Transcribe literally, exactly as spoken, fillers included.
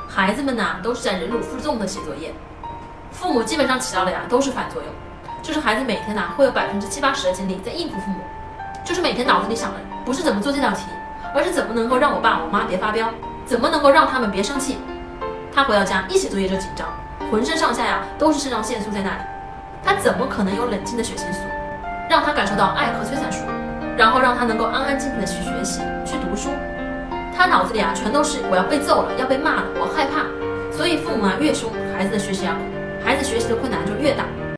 孩子们呢都是在忍辱负重的写作业，父母基本上起到的呀都是反作用，就是孩子每天呢会有百分之七八十的精力在应付父母，就是每天脑子里想的不是怎么做这道题，而是怎么能够让我爸我妈别发飙，怎么能够让他们别生气。他回到家一写作业就紧张，浑身上下呀都是肾上腺素在那里，他怎么可能有冷静的血清素，让他感受到爱和催产素，然后让他能够安安静静的去学习去读书。他脑子里啊全都是我要被揍了，要被骂了，我害怕。所以父母啊越凶，孩子的学习啊苦，孩子学习的困难就越大。